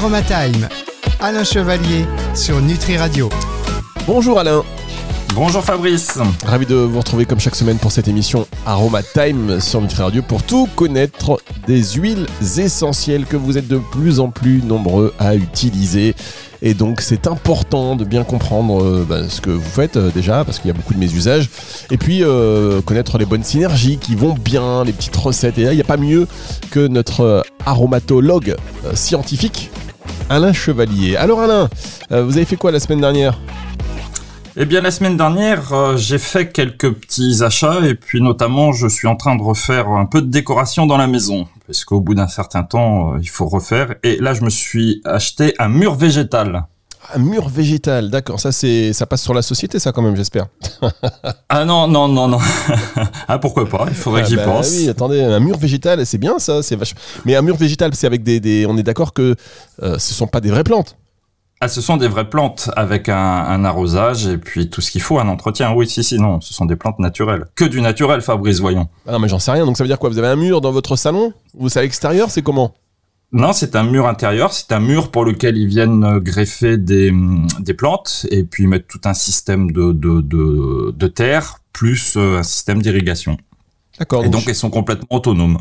Aromatime, Alain Chevalier sur Nutri Radio. Bonjour Alain. Bonjour Fabrice. Ravi de vous retrouver comme chaque semaine pour cette émission Aromatime sur Nutri Radio pour tout connaître des huiles essentielles que vous êtes de plus en plus nombreux à utiliser. Et donc c'est important de bien comprendre ce que vous faites déjà, parce qu'il y a beaucoup de mésusages. Et puis connaître les bonnes synergies qui vont bien, les petites recettes. Et là, il n'y a pas mieux que notre aromatologue scientifique, Alain Chevalier. Alors Alain, vous avez fait quoi la semaine dernière ? Eh bien, la semaine dernière, j'ai fait quelques petits achats et puis notamment, je suis en train de refaire un peu de décoration dans la maison. Parce qu'au bout d'un certain temps, il faut refaire. Et là, je me suis acheté un mur végétal. Un mur végétal, d'accord. Ça passe sur la société, ça, quand même, j'espère. Ah non. Ah, pourquoi pas ? Il faudrait que j'y pense. Oui, attendez, un mur végétal, c'est bien, ça. C'est vachement... Mais un mur végétal, c'est avec des... On est d'accord que ce sont pas des vraies plantes. Ah, ce sont des vraies plantes avec un arrosage et puis tout ce qu'il faut, un entretien. Oui, non, ce sont des plantes naturelles. Que du naturel, Fabrice, voyons. Ah non, mais j'en sais rien. Donc ça veut dire quoi ? Vous avez un mur dans votre salon ? Ou c'est à l'extérieur ? C'est comment ? Non, c'est un mur intérieur. C'est un mur pour lequel ils viennent greffer des plantes et puis mettre tout un système de terre plus un système d'irrigation. D'accord. Et donc, elles sont complètement autonomes.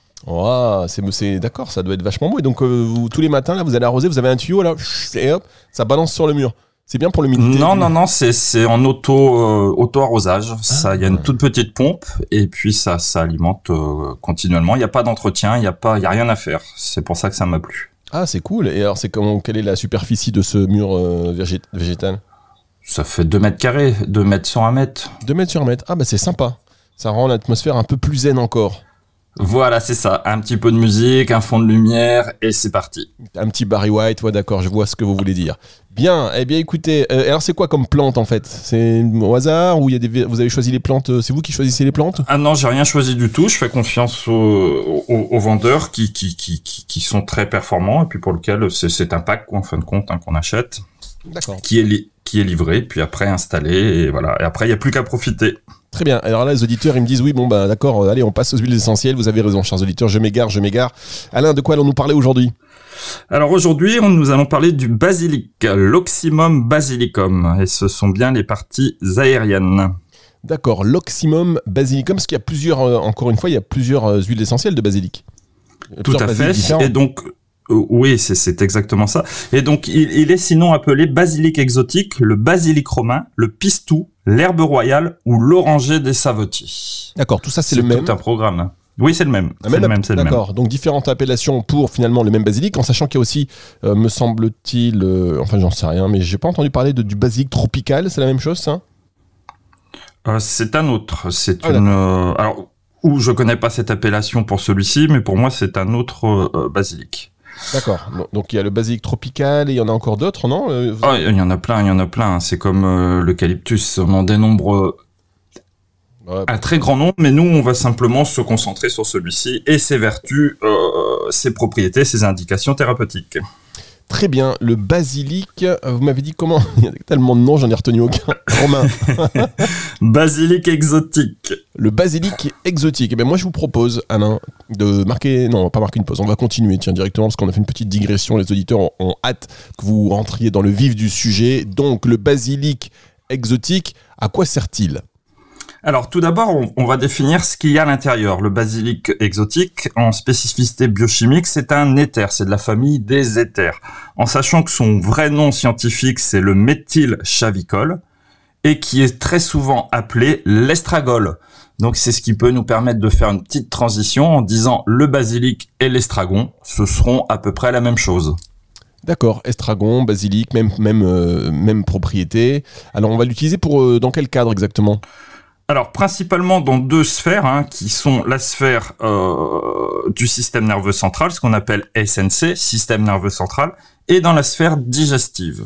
Oh, c'est d'accord, ça doit être vachement beau. Et donc, vous, tous les matins, là, vous allez arroser, vous avez un tuyau, là, et hop, ça balance sur le mur. C'est bien pour l'humidité. Non, c'est en auto-arrosage. Il y a une toute petite pompe, et puis ça alimente continuellement. Il n'y a pas d'entretien, il y a rien à faire. C'est pour ça que ça m'a plu. Ah, c'est cool. Et alors, quelle est la superficie de ce mur végétal ? Ça fait 2 mètres carrés, 2 mètres sur 1 mètre. 2 mètres sur 1 mètre. Ah, bah, c'est sympa. Ça rend l'atmosphère un peu plus zen encore. Voilà, c'est ça. Un petit peu de musique, un fond de lumière, et c'est parti. Un petit Barry White, ouais, d'accord, je vois ce que vous voulez dire. Bien, eh bien écoutez, alors c'est quoi comme plante en fait ? C'est au hasard ou vous avez choisi les plantes ? C'est vous qui choisissez les plantes ? Ah non, j'ai rien choisi du tout. Je fais confiance aux vendeurs qui sont très performants et puis pour lequel c'est un pack en fin de compte qu'on achète. D'accord. Qui est livré, puis après installé et voilà. Et après il y a plus qu'à profiter. Très bien. Alors là, les auditeurs, ils me disent oui, bon bah d'accord, allez, on passe aux huiles essentielles. Vous avez raison, chers auditeurs, je m'égare. Alain, de quoi allons-nous parler aujourd'hui ? Alors aujourd'hui, nous allons parler du basilic, l'Oxymum basilicum, et ce sont bien les parties aériennes. D'accord, l'Oxymum basilicum, parce qu'il y a plusieurs, encore une fois, il y a plusieurs huiles essentielles de basilic. Tout à fait. Et donc oui, c'est exactement ça. Et donc, il est sinon appelé basilic exotique, le basilic romain, le pistou, l'herbe royale ou l'oranger des savetiers. D'accord, tout ça c'est le même. C'est tout un programme. Oui, c'est le même. D'accord, donc différentes appellations pour finalement le même basilic, en sachant qu'il y a aussi, me semble-t-il, enfin j'en sais rien, mais j'ai pas entendu parler du basilic tropical, c'est la même chose ça ? C'est un autre. Alors, je connais pas cette appellation pour celui-ci, mais pour moi c'est un autre basilic. D'accord, donc il y a le basilic tropical et il y en a encore d'autres, non ? Il y en a plein. C'est comme l'eucalyptus, on en dénombre un très grand nombre, mais nous on va simplement se concentrer sur celui-ci et ses vertus, ses propriétés, ses indications thérapeutiques. Très bien, le basilic, vous m'avez dit comment ? Il y a tellement de noms, j'en ai retenu aucun. Romain. Basilic exotique. Le basilic exotique. Eh bien moi je vous propose, Alain, de marquer... Non, pas marquer une pause, on va continuer directement parce qu'on a fait une petite digression. Les auditeurs ont hâte que vous rentriez dans le vif du sujet. Donc le basilic exotique, à quoi sert-il ? Alors tout d'abord, on va définir ce qu'il y a à l'intérieur. Le basilic exotique, en spécificité biochimique, c'est un éther, c'est de la famille des éthers. En sachant que son vrai nom scientifique, c'est le méthylchavicol, et qui est très souvent appelé l'estragol. Donc c'est ce qui peut nous permettre de faire une petite transition en disant le basilic et l'estragon, ce seront à peu près la même chose. D'accord, estragon, basilic, même propriété. Alors on va l'utiliser dans quel cadre exactement ? Alors, principalement dans 2 sphères, qui sont la sphère du système nerveux central, ce qu'on appelle SNC, système nerveux central, et dans la sphère digestive.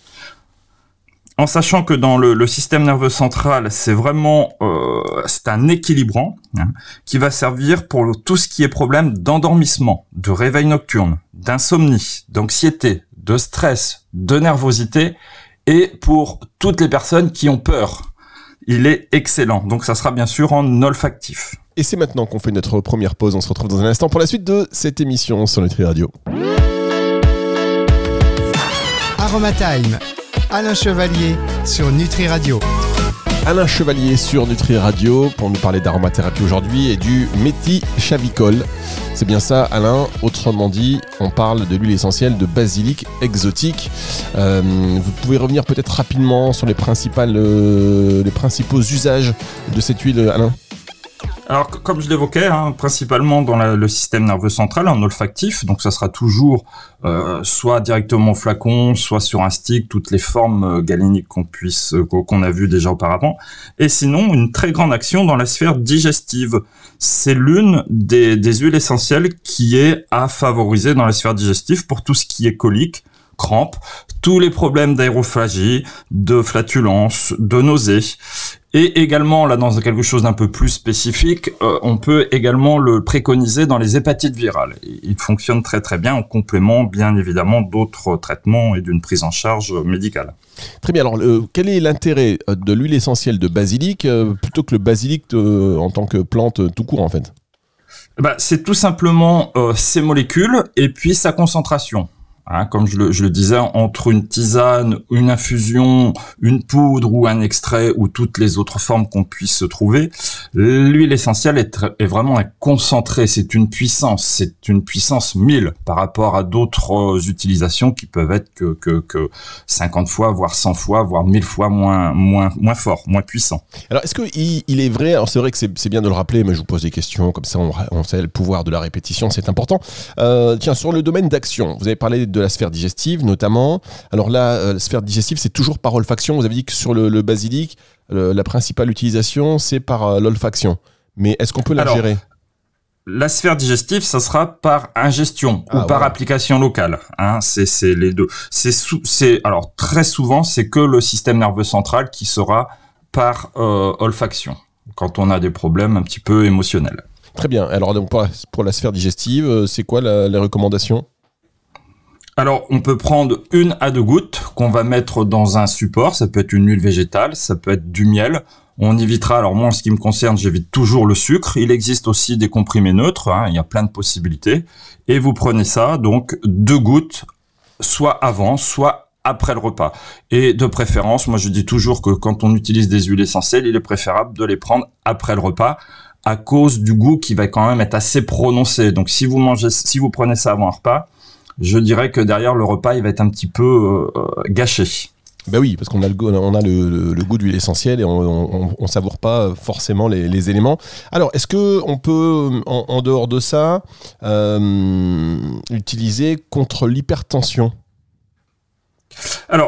En sachant que dans le système nerveux central, c'est vraiment c'est un équilibrant qui va servir pour tout ce qui est problème d'endormissement, de réveil nocturne, d'insomnie, d'anxiété, de stress, de nervosité, et pour toutes les personnes qui ont peur. Il est excellent, donc ça sera bien sûr en olfactif. Et c'est maintenant qu'on fait notre première pause. On se retrouve dans un instant pour la suite de cette émission sur Nutri Radio. Aromatime, Alain Chevalier sur Nutri Radio. Alain Chevalier sur Nutri Radio pour nous parler d'aromathérapie aujourd'hui et du méthylchavicol. C'est bien ça, Alain. Autrement dit, on parle de l'huile essentielle de basilic exotique. Vous pouvez revenir peut-être rapidement sur les principaux usages de cette huile, Alain? Alors, comme je l'évoquais, principalement dans le système nerveux central, en olfactif, donc ça sera toujours soit directement au flacon, soit sur un stick, toutes les formes galéniques qu'on a vues déjà auparavant. Et sinon, une très grande action dans la sphère digestive. C'est l'une des huiles essentielles qui est à favoriser dans la sphère digestive pour tout ce qui est colique, crampes, tous les problèmes d'aérophagie, de flatulence, de nausées. Et également, là, dans quelque chose d'un peu plus spécifique, on peut également le préconiser dans les hépatites virales. Il fonctionne très très bien en complément, bien évidemment, d'autres traitements et d'une prise en charge médicale. Très bien. Alors, quel est l'intérêt de l'huile essentielle de basilic plutôt que le basilic en tant que plante tout court, en fait? C'est tout simplement ses molécules et puis sa concentration. Comme je le disais, entre une tisane, une infusion, une poudre ou un extrait ou toutes les autres formes qu'on puisse trouver, l'huile essentielle est vraiment un concentré. C'est une puissance 1000 par rapport à d'autres utilisations qui peuvent être que 50 fois, voire 100 fois, voire 1000 fois moins fort, moins puissant. Alors, est-ce que il est vrai, alors c'est vrai que c'est bien de le rappeler, mais je vous pose des questions, comme ça on sait le pouvoir de la répétition, c'est important. Tiens, sur le domaine d'action, vous avez parlé de la sphère digestive notamment. Alors là, la sphère digestive, c'est toujours par olfaction. Vous avez dit que sur le basilic, la principale utilisation, c'est par l'olfaction. Mais est-ce qu'on peut la gérer? La sphère digestive, ça sera par ingestion ou par application locale. C'est les deux. Alors très souvent, c'est que le système nerveux central qui sera par olfaction quand on a des problèmes un petit peu émotionnels. Très bien. Alors donc pour la sphère digestive, c'est quoi les recommandations? Alors, on peut prendre 1 à 2 gouttes qu'on va mettre dans un support. Ça peut être une huile végétale, ça peut être du miel. On évitera, alors moi en ce qui me concerne, j'évite toujours le sucre. Il existe aussi des comprimés neutres, il y a plein de possibilités. Et vous prenez ça, donc 2 gouttes, soit avant, soit après le repas. Et de préférence, moi je dis toujours que quand on utilise des huiles essentielles, il est préférable de les prendre après le repas à cause du goût qui va quand même être assez prononcé. Donc si vous prenez ça avant un repas, je dirais que derrière le repas, il va être un petit peu gâché. Ben oui, parce qu'on a le goût d'huile essentielle et on savoure pas forcément les éléments. Alors, est-ce que on peut, en dehors de ça, l'utiliser contre l'hypertension? Alors,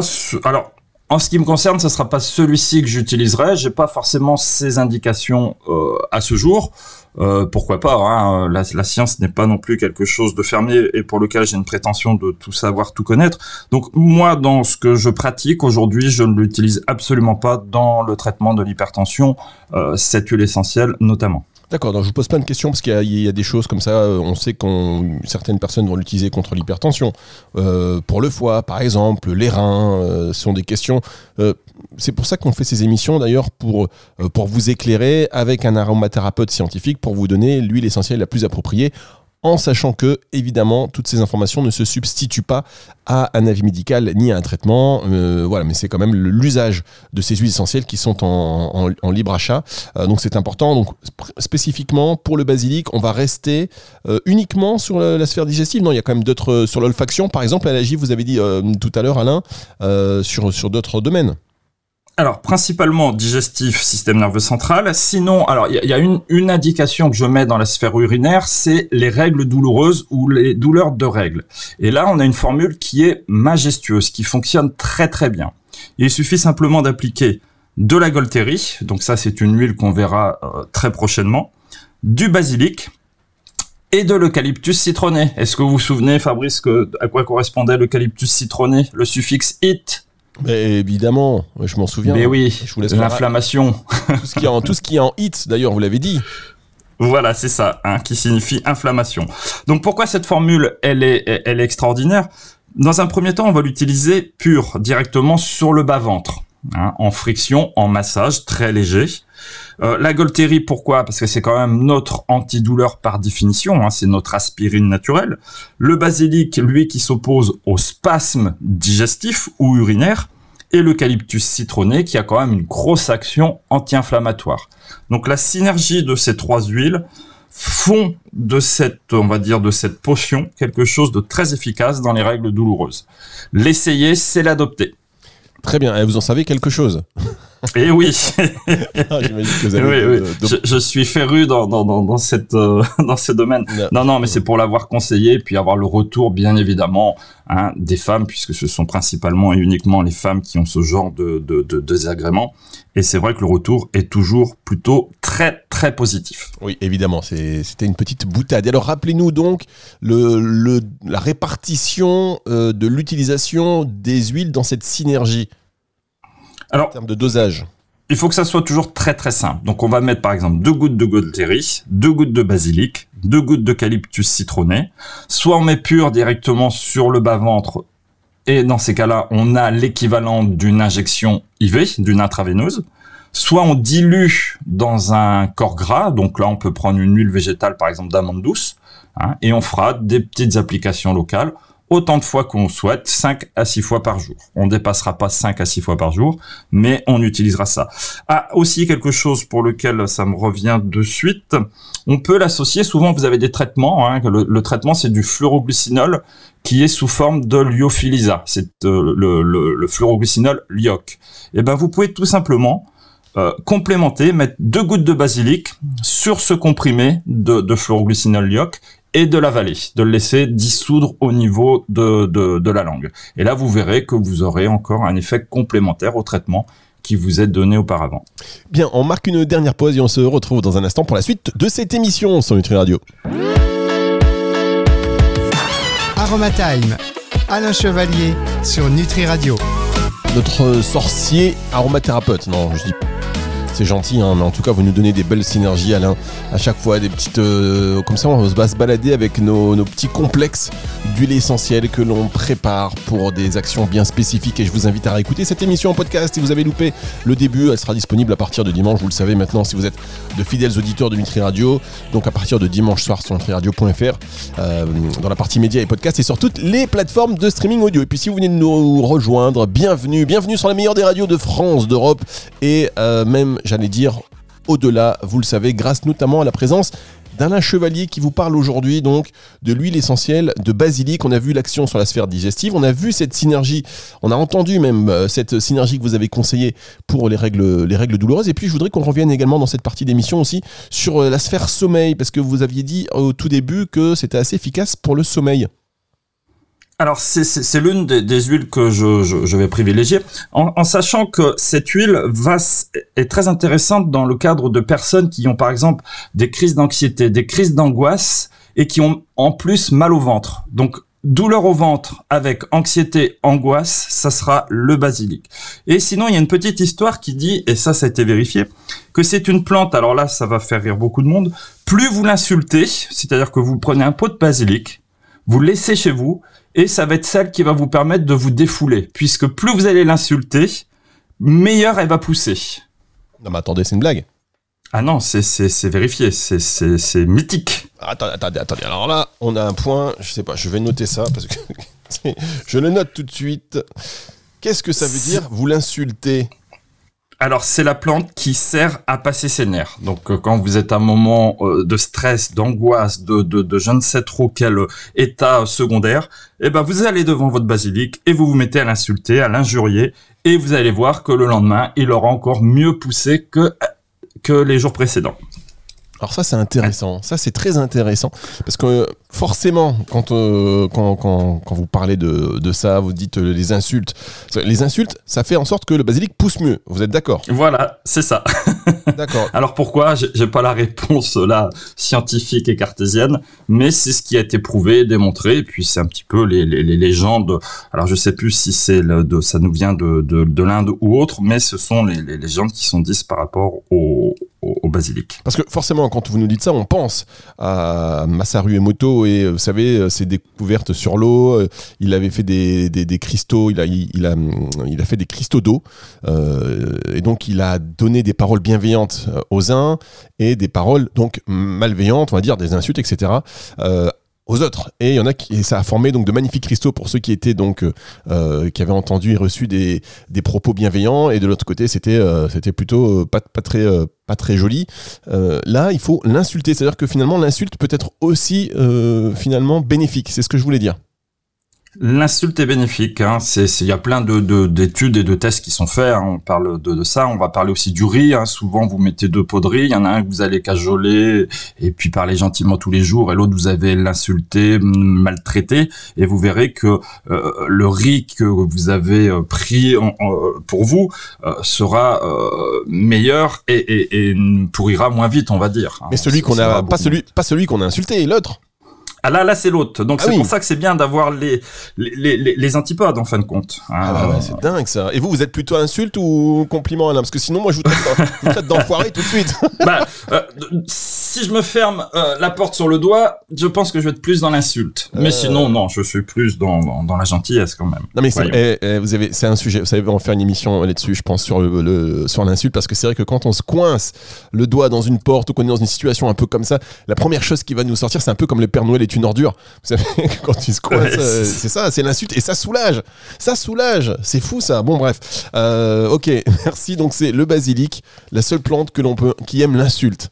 en ce qui me concerne, ce sera pas celui-ci que j'utiliserai. J'ai pas forcément ces indications à ce jour. Pourquoi pas, la science n'est pas non plus quelque chose de fermé et pour lequel j'ai une prétention de tout savoir, tout connaître. Donc moi, dans ce que je pratique aujourd'hui, je ne l'utilise absolument pas dans le traitement de l'hypertension, cette huile essentielle notamment. D'accord, donc je vous pose plein de questions parce qu'il y a des choses comme ça, on sait que certaines personnes vont l'utiliser contre l'hypertension. Pour le foie, par exemple, les reins, sont des questions. C'est pour ça qu'on fait ces émissions d'ailleurs, pour vous éclairer avec un aromathérapeute scientifique, pour vous donner l'huile essentielle la plus appropriée, en sachant que, évidemment, toutes ces informations ne se substituent pas à un avis médical ni à un traitement. Mais c'est quand même l'usage de ces huiles essentielles qui sont en libre achat. Donc c'est important. Donc spécifiquement pour le basilic, on va rester uniquement sur la sphère digestive. Non, il y a quand même d'autres sur l'olfaction. Par exemple, l'allergie, vous avez dit tout à l'heure, Alain, sur d'autres domaines. Alors, principalement digestif, système nerveux central. Sinon, alors il y a une indication que je mets dans la sphère urinaire, c'est les règles douloureuses ou les douleurs de règles. Et là, on a une formule qui est majestueuse, qui fonctionne très très bien. Il suffit simplement d'appliquer de la Golterie, donc ça c'est une huile qu'on verra très prochainement, du basilic et de l'eucalyptus citronné. Est-ce que vous vous souvenez, Fabrice, à quoi correspondait l'eucalyptus citronné, le suffixe it? Mais évidemment, je m'en souviens. Mais oui, je vous laisse l'inflammation. Tout ce qui est en it, d'ailleurs, vous l'avez dit. Voilà, c'est ça, qui signifie inflammation. Donc pourquoi cette formule, elle est extraordinaire? Dans un premier temps, on va l'utiliser pure, directement sur le bas-ventre, en friction, en massage, très léger. La Golterie, pourquoi? Parce que c'est quand même notre antidouleur par définition, c'est notre aspirine naturelle. Le basilic, lui, qui s'oppose au spasme digestif ou urinaire. Et l'eucalyptus citronné, qui a quand même une grosse action anti-inflammatoire. Donc la synergie de ces 3 huiles font de cette potion quelque chose de très efficace dans les règles douloureuses. L'essayer, c'est l'adopter. Très bien, et vous en savez quelque chose? Et oui. J'imagine que vous avez Je suis féru dans ce domaine. Non, mais c'est pour l'avoir conseillé, puis avoir le retour, bien évidemment, des femmes, puisque ce sont principalement et uniquement les femmes qui ont ce genre de désagréments. Et c'est vrai que le retour est toujours plutôt très, très positif. Oui, évidemment, c'était une petite boutade. Alors, rappelez-nous donc la répartition de l'utilisation des huiles dans cette synergie. Alors, en termes de dosage. Il faut que ça soit toujours très très simple. Donc on va mettre par exemple 2 gouttes de Golterie, 2 gouttes de basilic, 2 gouttes d'eucalyptus citronné. Soit on met pur directement sur le bas-ventre, et dans ces cas-là, on a l'équivalent d'une injection IV, d'une intraveineuse. Soit on dilue dans un corps gras, donc là on peut prendre une huile végétale par exemple d'amande douce, et on fera des petites applications locales, autant de fois qu'on souhaite, 5 à 6 fois par jour. On dépassera pas 5 à 6 fois par jour, mais on utilisera ça. Aussi quelque chose pour lequel ça me revient de suite, on peut l'associer, souvent vous avez des traitements, le traitement c'est du fluoroglycinol qui est sous forme de lyophilisa, c'est le fluoroglycinol LIOC. Et ben vous pouvez tout simplement complémenter, mettre 2 gouttes de basilic sur ce comprimé de fluoroglycinol LIOC, et de l'avaler, de le laisser dissoudre au niveau de la langue. Et là, vous verrez que vous aurez encore un effet complémentaire au traitement qui vous est donné auparavant. Bien, on marque une dernière pause et on se retrouve dans un instant pour la suite de cette émission sur Nutri Radio. Aromatime, Alain Chevalier sur Nutri Radio. Notre sorcier aromathérapeute, non, je dis c'est gentil, mais en tout cas vous nous donnez des belles synergies, Alain, à chaque fois des petites comme ça on va se balader avec nos petits complexes d'huile essentielle que l'on prépare pour des actions bien spécifiques. Et je vous invite à réécouter cette émission en podcast. Si vous avez loupé le début, elle sera disponible à partir de dimanche, vous le savez maintenant si vous êtes de fidèles auditeurs de Nutri Radio, donc à partir de dimanche soir sur nutriradio.fr, dans la partie médias et podcasts et sur toutes les plateformes de streaming audio. Et puis si vous venez de nous rejoindre, bienvenue sur la meilleure des radios de France, d'Europe et même j'allais dire au-delà, vous le savez, grâce notamment à la présence d'Alain Chevalier qui vous parle aujourd'hui donc de l'huile essentielle de basilic. On a vu l'action sur la sphère digestive, on a vu cette synergie, on a entendu même cette synergie que vous avez conseillée pour les règles douloureuses. Et puis je voudrais qu'on revienne également dans cette partie d'émission aussi sur la sphère sommeil, parce que vous aviez dit au tout début que c'était assez efficace pour le sommeil. Alors c'est l'une des huiles que je vais privilégier, en sachant que cette huile est très intéressante dans le cadre de personnes qui ont par exemple des crises d'anxiété, des crises d'angoisse et qui ont en plus mal au ventre. Donc douleur au ventre avec anxiété, angoisse, ça sera le basilic. Et sinon il y a une petite histoire qui dit, et ça a été vérifié, que c'est une plante, alors là ça va faire rire beaucoup de monde, plus vous l'insultez, c'est-à-dire que vous prenez un pot de basilic, vous le laissez chez vous, et ça va être celle qui va vous permettre de vous défouler, puisque plus vous allez l'insulter, meilleure elle va pousser. Non mais attendez, c'est une blague. Ah non, c'est vérifié, c'est mythique. Attendez, alors là, on a un point, je sais pas, je vais noter ça, parce que je le note tout de suite. Qu'est-ce que ça veut dire, vous l'insultez ? Alors, c'est la plante qui sert à passer ses nerfs. Donc, quand vous êtes à un moment de stress, d'angoisse, de je ne sais trop quel état secondaire, eh ben, vous allez devant votre basilic et vous vous mettez à l'insulter, à l'injurier, et vous allez voir que le lendemain, il aura encore mieux poussé que les jours précédents. Alors ça c'est intéressant, ça c'est très intéressant, parce que forcément quand vous parlez de ça, vous dites les insultes ça fait en sorte que le basilic pousse mieux, vous êtes d'accord ? Voilà, c'est ça. D'accord. Alors pourquoi ? J'ai pas la réponse là scientifique et cartésienne, mais c'est ce qui a été prouvé, démontré, et puis c'est un petit peu les légendes, alors je sais plus si ça nous vient de l'Inde ou autre, mais ce sont les légendes qui sont dites par rapport au basilic. Parce que forcément, quand vous nous dites ça, on pense à Masaru Emoto et vous savez, ses découvertes sur l'eau. Il avait fait des cristaux, il a fait des cristaux d'eau. Et donc, il a donné des paroles bienveillantes aux uns et des paroles donc malveillantes, on va dire, des insultes, etc. Aux autres. Et il y en a et ça a formé donc de magnifiques cristaux pour ceux qui étaient donc qui avaient entendu et reçu des propos bienveillants, et de l'autre côté c'était plutôt pas très joli. Là il faut l'insulter, c'est-à-dire que finalement l'insulte peut être aussi finalement bénéfique, c'est ce que je voulais dire. L'insulte est bénéfique, hein. Il y a plein d'études et de tests qui sont faits, hein. On parle de ça. On va parler aussi du riz, hein. Souvent, vous mettez 2 pots de riz. Il y en a un que vous allez cajoler et puis parler gentiment tous les jours, et l'autre, vous avez l'insulté, maltraité. Et vous verrez que le riz que vous avez pris pour vous sera meilleur et pourrira moins vite, on va dire. Mais celui qu'on a, pas celui qu'on a insulté, l'autre. Ah là c'est l'autre. Donc c'est pour ça que c'est bien d'avoir les antipodes en fin de compte. C'est dingue ça. Et vous êtes plutôt insulte ou compliment, Alain? Parce que sinon moi je vous traite d'enfoiré tout de suite. Si je me ferme la porte sur le doigt, je pense que je vais être plus dans l'insulte. Mais sinon non, je suis plus dans la gentillesse quand même. Non mais c'est un sujet. Vous savez, on va faire une émission là-dessus, je pense, sur l'insulte, parce que c'est vrai que quand on se coince le doigt dans une porte ou qu'on est dans une situation un peu comme ça, la première chose qui va nous sortir, c'est un peu comme le Père Noël est une ordure. Vous savez, quand tu se coince, c'est ça, c'est l'insulte, et ça soulage, c'est fou ça. Bon bref, ok, merci. Donc c'est le basilic, la seule plante qui aime l'insulte.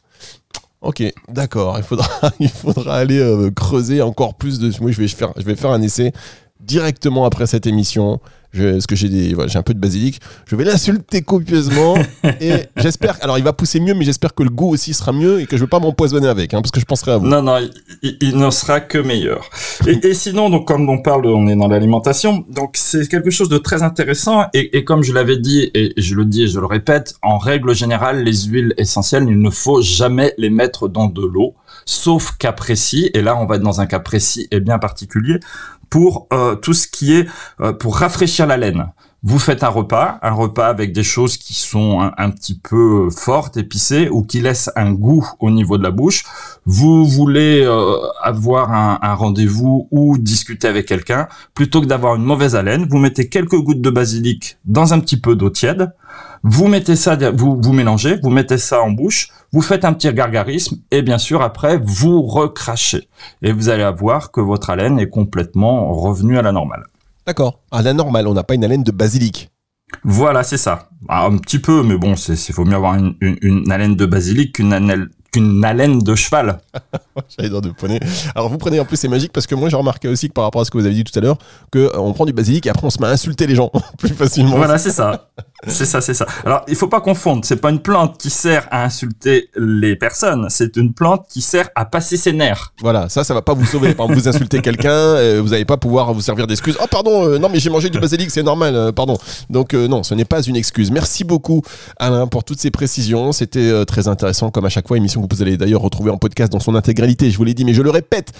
Ok, d'accord. Il faudra aller creuser encore plus de. Moi, je vais faire un essai directement après cette émission. Parce que j'ai un peu de basilic, je vais l'insulter copieusement et j'espère. Alors il va pousser mieux, mais j'espère que le goût aussi sera mieux et que je ne vais pas m'empoisonner avec, parce que je penserai à vous. Non, il ne sera que meilleur. Et sinon, donc comme on est dans l'alimentation, donc c'est quelque chose de très intéressant, et comme je l'avais dit et je le dis et je le répète, en règle générale, les huiles essentielles, il ne faut jamais les mettre dans de l'eau, sauf cas précis. Et là, on va être dans un cas précis et bien particulier. Pour tout ce qui est pour rafraîchir la laine. Vous faites un repas avec des choses qui sont un petit peu fortes, épicées, ou qui laissent un goût au niveau de la bouche. Vous voulez avoir un rendez-vous ou discuter avec quelqu'un, plutôt que d'avoir une mauvaise haleine, vous mettez quelques gouttes de basilic dans un petit peu d'eau tiède. Vous mettez ça, vous mélangez, vous mettez ça en bouche, vous faites un petit gargarisme, et bien sûr après vous recrachez, et vous allez voir que votre haleine est complètement revenue à la normale. D'accord, à la normale, on n'a pas une haleine de basilic. Voilà, c'est ça. Un petit peu, mais bon, faut mieux avoir une haleine de basilic qu'une haleine de cheval. J'adore de poney. Alors vous prenez, en plus c'est magique, parce que moi j'ai remarqué aussi que par rapport à ce que vous avez dit tout à l'heure, qu'on prend du basilic et après on se met à insulter les gens plus facilement. Voilà, c'est ça. C'est ça. Alors, il faut pas confondre. C'est pas une plante qui sert à insulter les personnes. C'est une plante qui sert à passer ses nerfs. Voilà, ça va pas vous sauver. Par exemple, vous insultez quelqu'un, vous n'allez pas pouvoir vous servir d'excuse. Oh pardon, non mais j'ai mangé du basilic, c'est normal, pardon. Donc non, ce n'est pas une excuse. Merci beaucoup Alain pour toutes ces précisions. C'était très intéressant comme à chaque fois. Émission que vous allez d'ailleurs retrouver en podcast dans son intégralité. Je vous l'ai dit, mais je le répète,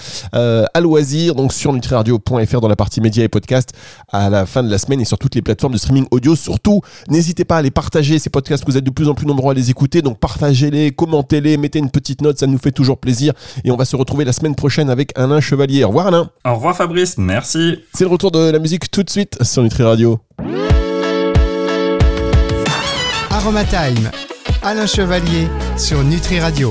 à loisir, donc sur nutriradio.fr dans la partie médias et podcasts à la fin de la semaine, et sur toutes les plateformes de streaming audio. Surtout, n'hésitez pas à les partager, ces podcasts, vous êtes de plus en plus nombreux à les écouter, donc partagez-les, commentez-les, mettez une petite note, ça nous fait toujours plaisir, et on va se retrouver la semaine prochaine avec Alain Chevalier. Au revoir Alain. Au revoir Fabrice, merci. C'est le retour de la musique tout de suite sur Nutri Radio. Aroma Time, Alain Chevalier sur Nutri Radio.